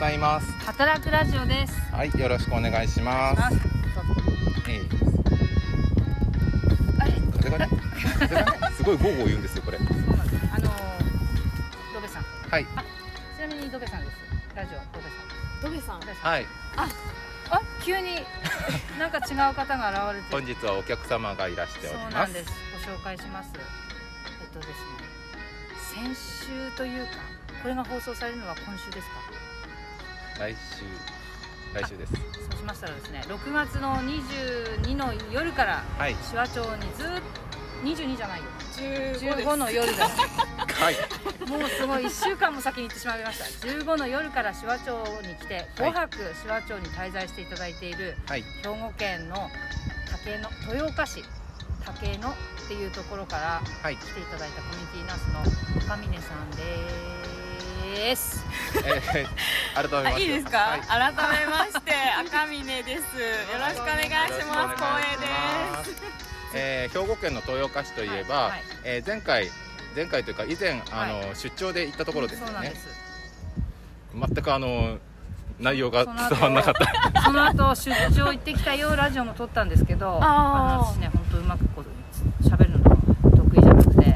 ざいます。 働くラジオです。 はい、よろしくお願いします。風がね、すごいゴーゴー言うんですよ、これ。 そうなんです。ドベさん。 はい。 ちなみにドベさんです。ラジオドベさん。 はい。 急になんか違う方が現れて。 本日はお客様がいらしております。 そうなんです。ご紹介します。ですね。先週というか、これが放送されるのは今週ですか？ 来週です。 そうしましたらですね、6月の22の夜から、 はい、 紫波町にずっと22じゃないよ、 15 の夜です。 はい。 もうすごい1週間も先に行ってしまいました。15の夜から紫波町に来て5泊紫波町に滞在していただいている、はい、兵庫県の豊岡市竹野っていうところから来ていただいたコミュニティナースの赤嶺さんです。 改めましていいですか、はい、改めまして赤嶺です。よろしくお願いします。光栄です。 兵庫県の豊岡市といえば、前回というか以前出張で行ったところですよね。そうなんです。全く内容が伝わらなかった。 その後出張行ってきたよラジオも撮ったんですけど、私ね本当うまく喋るのが得意じゃなくて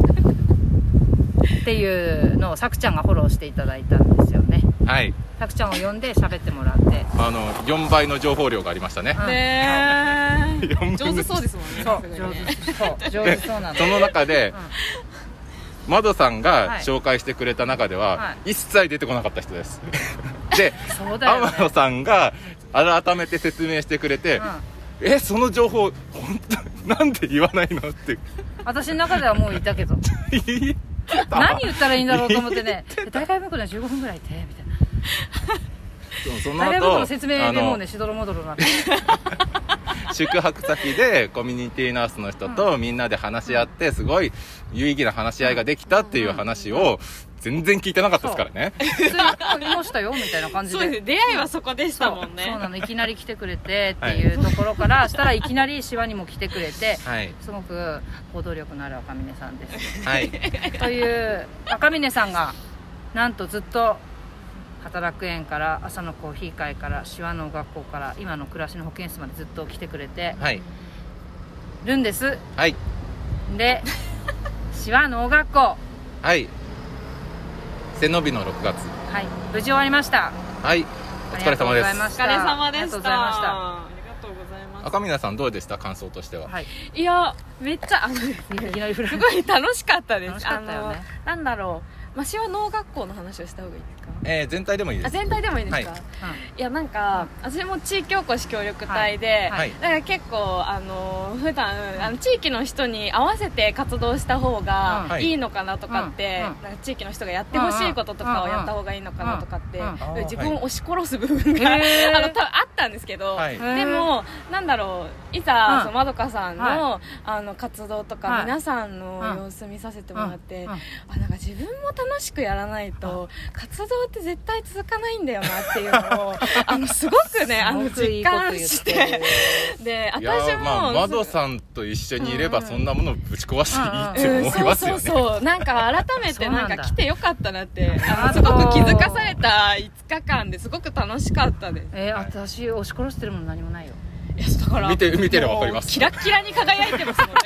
っていうのをさくちゃんがフォローしていただいたんですよね。 はい。 さくちゃんを呼んで喋ってもらって、 4倍の情報量がありましたね。 上手そうですもんね。 そう上手そうなの。 その中で。マドさんが紹介してくれた中では、一切出てこなかった人です。で、天野さんが改めて説明してくれて、その情報本当なんで言わないのって。 私の中ではもう言ったけど。何言ったらいいんだろうと思ってね。大会分こで15分ぐらいいてみたいな。その後大会分の説明でもうねしどろもどろになって。 宿泊先でコミュニティナースの人とみんなで話し合ってすごい有意義な話し合いができたっていう話を全然聞いてなかったですからね。 普通に言いましたよみたいな感じで。 そうです。出会いはそこでしたもんね。 そうなの。いきなり来てくれてっていうところからしたらいきなりシワにも来てくれて、すごく行動力のある赤嶺さんです。 はい。 という赤嶺さんがなんとずっと働く園から朝のコーヒー会から手話能学校から今の暮らしの保健室までずっと来てくれてるんです。 はい。 で手話能学校、 はい、背伸びの6月、 はい、無事終わりました。 はい、お疲れ様です。 お疲れ様でした。ありがとうございました。 ありがとうございます。 赤嶺さんどうでした？感想としては。 はい、いやめっちゃすごい楽しかったです。 楽しかったよね。 なんだろう、手話能学校の話をした方がいいですか？ 全体でもいいです。 全体でもいいですか？はい、いやなんか、私も地域おこし協力隊で、だから結構普段地域の人に合わせて活動した方がいいのかなとかって、なんか地域の人がやってほしいこととかをやった方がいいのかなとかって、自分を押し殺す部分が、多分あったんですけど、でもなんだろう、いざまどかさんの、活動とか、皆さんの様子見させてもらって、なんか自分も楽しくやらないと活動って絶対続かないんだよなっていうのをすごくね実感して、で私もマドさんと一緒にいればそんなものをぶち壊していいって思いますよね。 そうなんか改めてなんか来てよかったなってすごく気づかされた5日間ですごく楽しかったです。 私押し殺してるもの何もないよ。 いやだから見てれば分かります。 キラッキラに輝いてますもんね。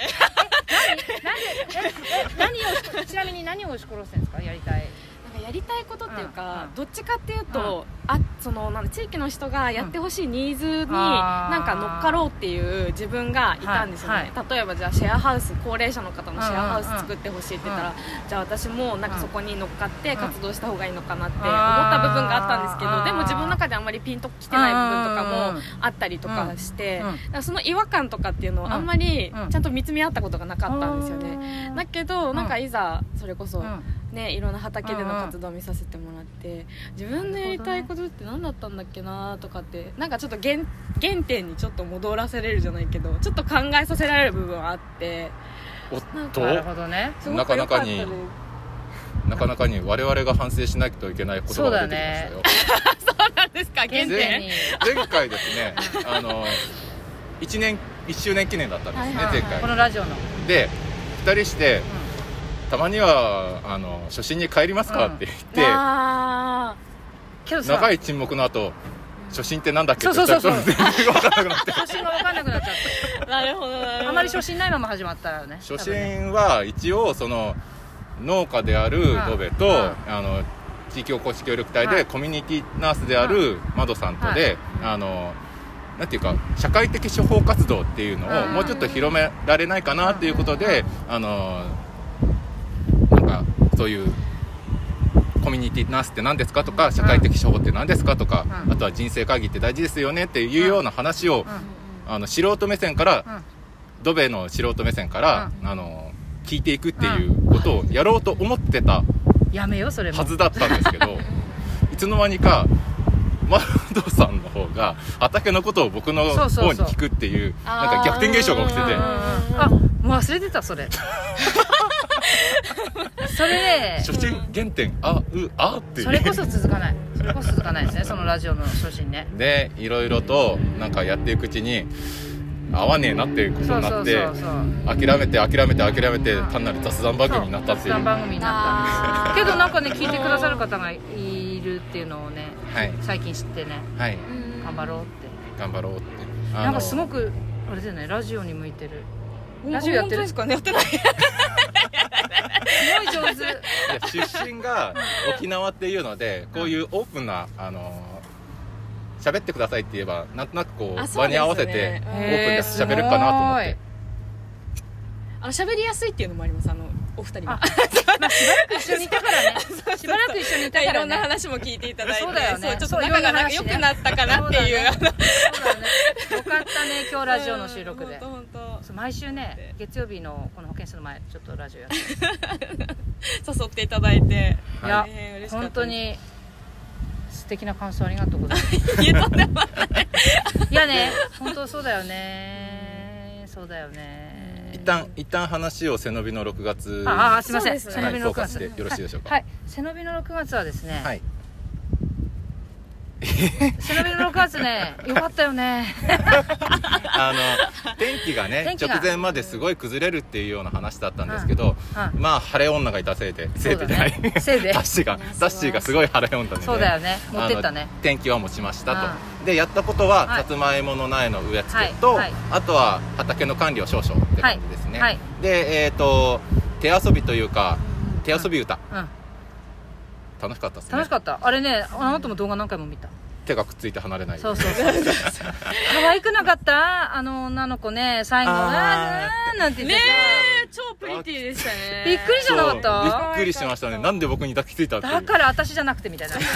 ちなみに何を押し殺してるんですか？やりたいことっていうか、どっちかっていうと、地域の人がやってほしいニーズになんか乗っかろうっていう自分がいたんですよね。例えばじゃあシェアハウス、高齢者の方のシェアハウス作ってほしいって言ったら、じゃあ私もなんかそこに乗っかって活動した方がいいのかなって思った部分があったんですけど、でも自分の中であんまりピンときてない部分とかもあったりとかして、だからその違和感とかっていうのをあんまりちゃんと見つめ合ったことがなかったんですよね。だけどなんかいざそれこそね、いろんな畑での活動を見させてもらって、自分のやりたいことって何だったんだっけなとかって、なんかちょっと原点にちょっと戻らせれるじゃないけど、ちょっと考えさせられる部分はあって、 おっと、 なるほどね、 なかなかに我々が反省しないといけない言葉が出てきましたよ。 そうなんですか？原点。 前回ですね、1周年記念だったんですね、前回。 このラジオので2人して、たまには初心に帰りますかって言って、 けどさ長い沈黙の後初心ってなんだっけってそう全然分かんなくなって初心が分かんなくなっちゃったなるほどなるほど。 あまり初心ないまま始まったよね。 初心は一応その農家であるドベと、地域おこし協力隊でコミュニティナースである窓さんとで、なんていうか社会的処方活動っていうのをもうちょっと広められないかなっていうことで、なんかそういうコミュニティナースって何ですかとか、社会的処方って何ですかとか、あとは人生会議って大事ですよねっていうような話を、素人目線から、ドベの素人目線から、聞いていくっていうことをやろうと思ってたやめよそれもはずだったんですけどいつの間にかマドさんの方が畑のことを僕の方に聞くっていうなんか逆転現象が起きてて、 あ、もう忘れてたそれそれね初心原点っていうそれこそ続かないですねそのラジオの初心ね。 でいろいろとなんかやっていくうちに合わねえなっていうことになって諦めて単なる雑談番組になったっていう。 雑談番組になったけどなんかね聞いてくださる方がいるっていうのをね、最近知ってね、頑張ろうってなんかすごくあれだよね、ラジオに向いてる。ラジオやってるんですかね。やってないすごい上手。 いや出身が沖縄っていうのでこういうオープンな喋ってくださいって言えばなんとなくこう場に合わせてオープンで喋るかなと思って。 喋りやすいっていうのもあります。お二人もまあしばらく一緒にいたからねしばらく一緒にいたからね、 いろんな話も聞いていただいて、 そうだよね、 ちょっと仲が良くなったかなっていう。 そうだね、よかったね今日ラジオの収録で。毎週ね月曜日のこの保健室の前ちょっとラジオやって誘っていただいて、 いや本当に素敵な感想ありがとうございますいやとんでもないいやね本当そうだよね一旦話を背伸びの6月すいません、背伸びの6月でよろしいでしょうか。 はい、背伸びの6月はですね、背伸びの6月ねよかったよね天気がね直前まですごい崩れるっていうような話だったんですけど、まあ晴れ女がいたせいでじゃないタッシーがすごい晴れ女でね、 そうだよね、持ってったね、 天気は持ちましたと。でやったことはさつまいもの苗の植え付けと、あとは畑の管理を少々って感じですね。で手遊びというか手遊び歌、楽しかったですね。 楽しかった。あれね、あなたも動画何回も見た。 手がくっついて離れない。 そう可愛くなかった？女の子ね、最後なんて言ってさ、 超プリティでしたね。 びっくりじゃなかった？ びっくりしましたね。なんで僕に抱きついたっていう。 だから私じゃなくてみたいな。なんか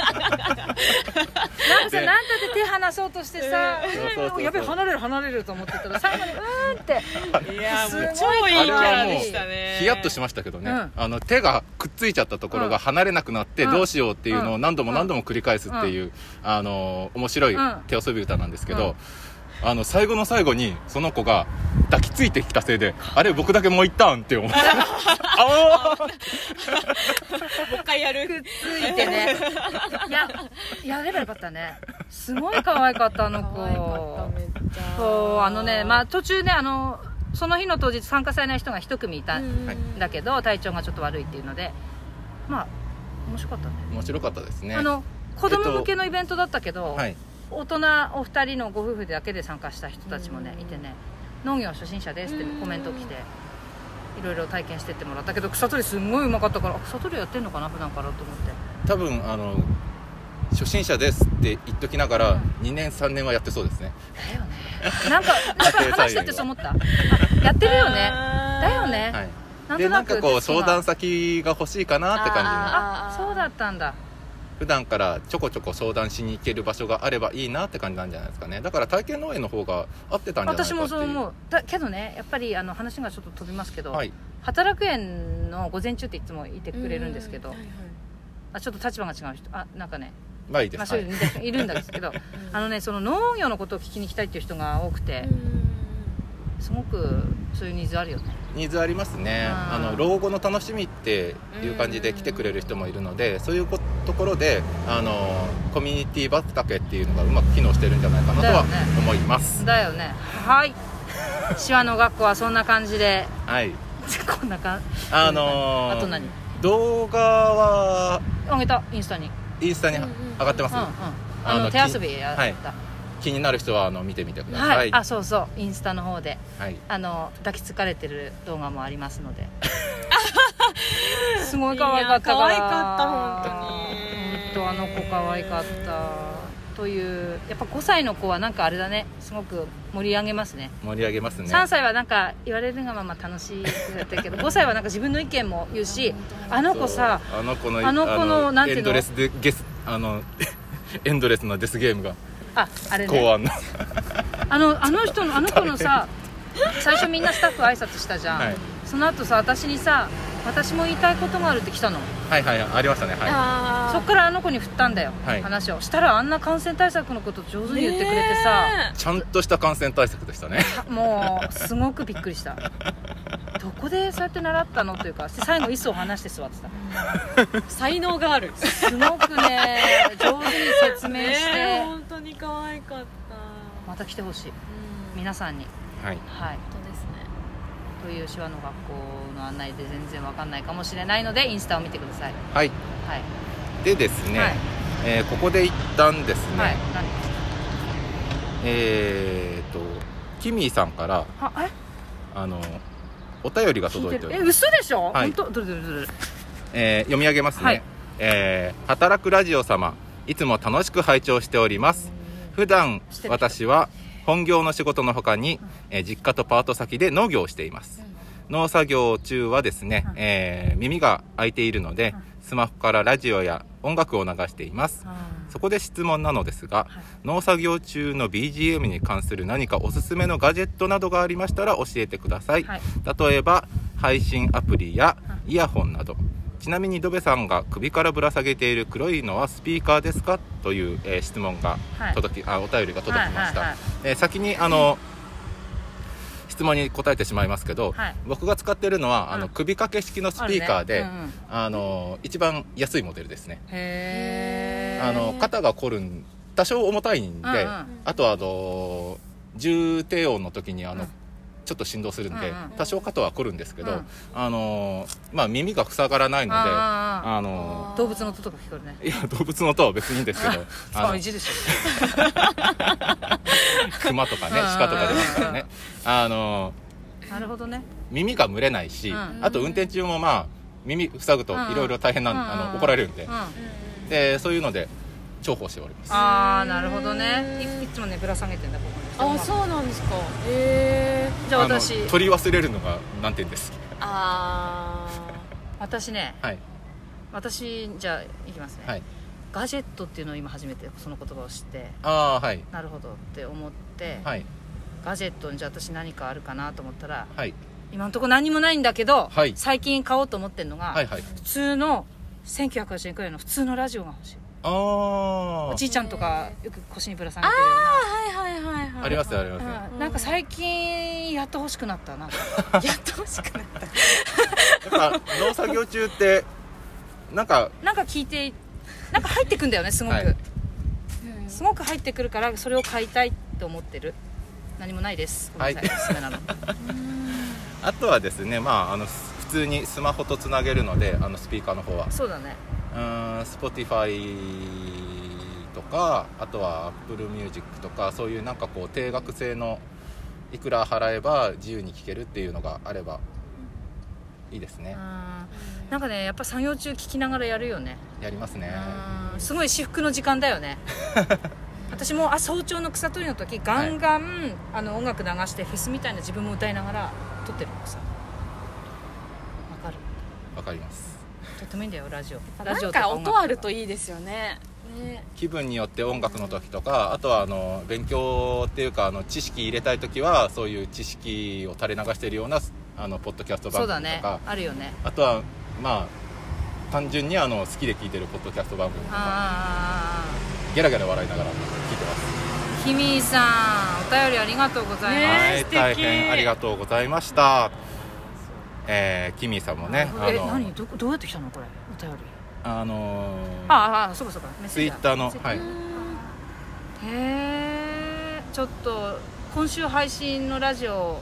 さ、なんだって手離そうとしてさ、やべえ離れると思ってたら最後にって。 いやもう超いいキャラでしたね。 ヒヤッとしましたけどね。手がくっついちゃったところが離れなくなってどうしようっていうのを何度も繰り返すっていう。面白い手遊び歌なんですけど、最後の最後にその子が抱きついてきたせいであれ僕だけもう一旦って思ってもう一回やるくっついてねやればよかったね。すごい可愛かっためっちゃそうね、まあ途中ねその日の当日参加されない人が一組いたんだけど、体調がちょっと悪いっていうのでまあ面白かったね。 面白かったですね。 子供向けのイベントだったけど、大人お二人のご夫婦だけで参加した人たちもねいてね、農業初心者ですってコメント来ていろいろ体験してってもらったけど、草取りすんごいうまかったから草取りやってんのかな普段からと思って。 多分初心者ですって言っときながら、2年3年はやってそうですね。 だよね。なんか話しててそう思ったやってるよね。だよね、 なんかこう相談先が欲しいかなって感じの。そうだったんだ。 普段からちょこちょこ相談しに行ける場所があればいいなって感じなんじゃないですかね。だから体験農園の方が合ってたんじゃないかっていう。私もそう思う。 けどねやっぱり話がちょっと飛びますけど、働く園の午前中っていつもいてくれるんですけど、ちょっと立場が違う人なんかね、 まあいいです、 そういう人いるんですけどその農業のことを聞きに来たいっていう人が多くて、すごくそういうニーズあるよね。 ニーズありますね。老後の楽しみっていう感じで来てくれる人もいるので、そういうところでコミュニティ畑っていうのがうまく機能してるんじゃないかなとは思います。 だよね。はい。手話の学校はそんな感じで。 はい。 こんな感じ。あと何？ 動画はあげたインスタに。 インスタに上がってます、 手遊びやった、はい、 気になる人は見てみてください、 はい、そうそうインスタの方で、 はい、 抱きつかれてる動画もありますのですごい可愛かったから、 可愛かった本当にあの子可愛かったという。やっぱ5歳の子はなんかあれだね、すごく盛り上げますね。3歳はなんか言われるがまま楽しいってやってるけど5歳はなんか自分の意見も言うし、あの子さ、 あの子のなんていうの、エンドレスでエンドレスなデスゲームがあれね、 考案のあの子のさ最初みんなスタッフ挨拶したじゃん、はい、その後さ私にさ、私も言いたいことがあるって来たの。 はいはい、ありましたね、はい、 そっからあの子に振ったんだよ、 はい、 話をしたらあんな感染対策のこと上手に言ってくれてさ、 ちゃんとした感染対策でしたね。 もうすごくびっくりしたどこでそうやって習ったのというか、最後椅子を離して座ってた才能がある、 すごくね上手に説明して、 本当に可愛かった。 また来てほしい、皆さんに。 はい、 はい、 本当ですね。 という手話の学校の案内で全然わかんないかもしれないのでインスタを見てください。 はい、 はい、 でですね、 はい、 ここで一旦ですね、 はい、 キミーさんからお便りが届いております。 嘘でしょ、 はい、 本当どれ、 読み上げますね、 はい、 働くラジオ様、いつも楽しく拝聴しております。普段私は本業の仕事の他に、実家とパート先で農業をしています。農作業中はですね、耳が開いているのでスマホからラジオや音楽を流しています。そこで質問なのですが、農作業中の BGM に関する何かおすすめのガジェットなどがありましたら教えてください、はい、例えば配信アプリやイヤホンなど。ちなみにドベさんが首からぶら下げている黒いのはスピーカーですかという、質問がお便りが届きました、先に質問に答えてしまいますけど、はい、僕が使っているのは首掛け式のスピーカーで、一番安いモデルですね。肩が凝る多少重たいんで、あとは重低音の時にちょっと振動するんで、多少肩は凝るんですけど、耳が塞がらないので、動物の音とか聞こえるね。 いや動物の音は別にいいんですけど意地でしょ熊とかね、鹿とか出ますからね。 なるほどね。 耳が蒸れないし、あと運転中も耳塞ぐといろいろ大変な怒られるんで、でそういうので重宝しております。 なるほどね。いつもねぶら下げてんだここに。 そうなんですか。 じゃあ私取り忘れるのが難点です。 私ね、 はい、 私じゃあいきますね、はい、ガジェットっていうのを今初めてその言葉を知って、 はい、 なるほどって思って、 はい、 ガジェットにじゃあ私何かあるかなと思ったら、 はい、 今のところ何もないんだけど、 はい、 最近買おうと思ってるのが、 はいはい、 普通の1980円くらいの普通のラジオが欲しい。おじいちゃんとかよく腰にぶら下げてるような。 ありますあります、 なんか最近やっと欲しくなったな。やっと欲しくなった。 やっぱ農作業中ってなんか聞いてなんか入ってくんだよね、すごく、はい、すごく入ってくるからそれを買いたいと思ってる。何もないです。ごめんなさい、おすすめなの。 あとはですね、普通にスマホとつなげるのでスピーカーの方はそうだね。 Spotify とか、あとは Apple Music とか、そういうなんかこう定額制のいくら払えば自由に聴けるっていうのがあればいいですね。 なんかね、やっぱ作業中聴きながらやるよね。 やりますね。 すごい至福の時間だよね。私も早朝の草取りの時ガンガン、はい、音楽流してフェスみたいな自分も歌いながら撮ってるのさ。 わかります。 とってもいいんだよラジオ。 なんか音あるといいですよね。 気分によって音楽の時とか、あとは勉強っていうか知識入れたい時はそういう知識を垂れ流しているようなポッドキャスト番組とか、そうだね、 あるよね。 あとは単純に好きで聞いてるポッドキャスト番組とかギャラギャラ笑いながら聞いてます。 キミーさん、お便りありがとうございます。 大変ありがとうございました。キミーさんもね、 何どうやって来たのこれお便り。そうかツイッターの、はい、 ちょっと今週配信のラジオ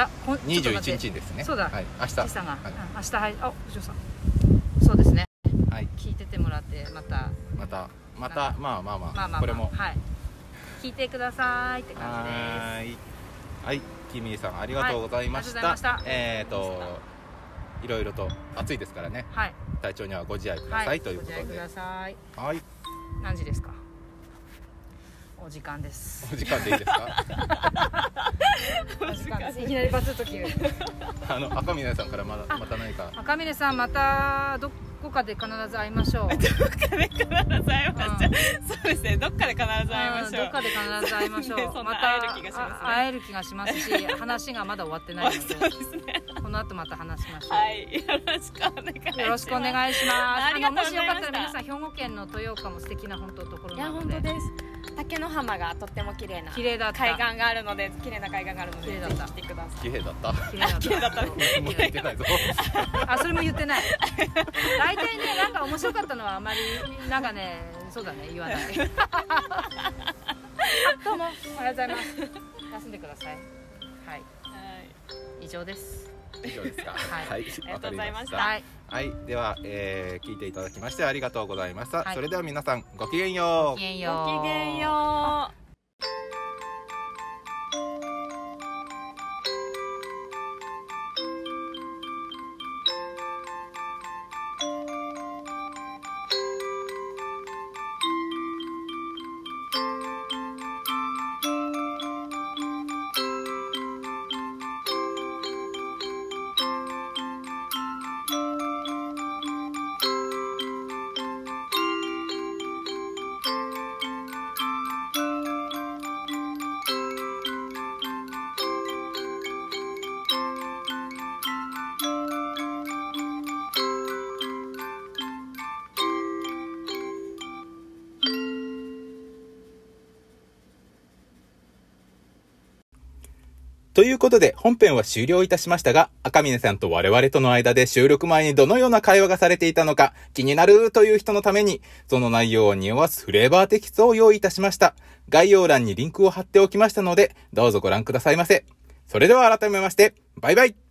21日ですね。 そうだ、 はい、明日が、明日お嬢さん、そうですね。 聞いててもらってまたこれも聞いてくださいって感じです。 はい、キミさんありがとうございました。いろいろと暑いですからね、体調にはご自愛くださいということで。 ご自愛ください。 はい。 何時ですか？お時間です。 お時間でいいですか？ お時間です。いきなりバツッと切る。 赤嶺さんからまた何か。 赤嶺さんまたどこかで必ず会いましょう。 どっかで必ず会いましょう。そうですね。どっかで必ず会いましょう。 どっかで必ず会いましょう。また会える気がしますし、話がまだ終わってないので。そうですね。この後また話しましょう。 はい。よろしくお願いします。 よろしくお願いします。もしよかったら皆さんん兵庫県の豊岡も素敵な本当ところなので。 いや本当です。竹の浜がとっても綺麗な海岸があるので、綺麗な海岸があるので、ぜひ来てください。 綺麗だった。 綺麗だった。 もう言ってないぞ。 それも言ってない。大体ね、なんか面白かったのはあまりなんかね、そうだね、言わない。どうもおはようございます。休んでください。はい。以上です。 以上ですか。 はい。ありがとうございました。 はい。では、聞いていただきましてありがとうございました。それでは皆さんごきげんよう。 ごきげんよう。 ということで本編は終了いたしましたが、赤嶺さんと我々との間で収録前にどのような会話がされていたのか気になるという人のために、その内容を匂わすフレーバーテキストを用意いたしました。概要欄にリンクを貼っておきましたので、どうぞご覧くださいませ。それでは改めまして、バイバイ。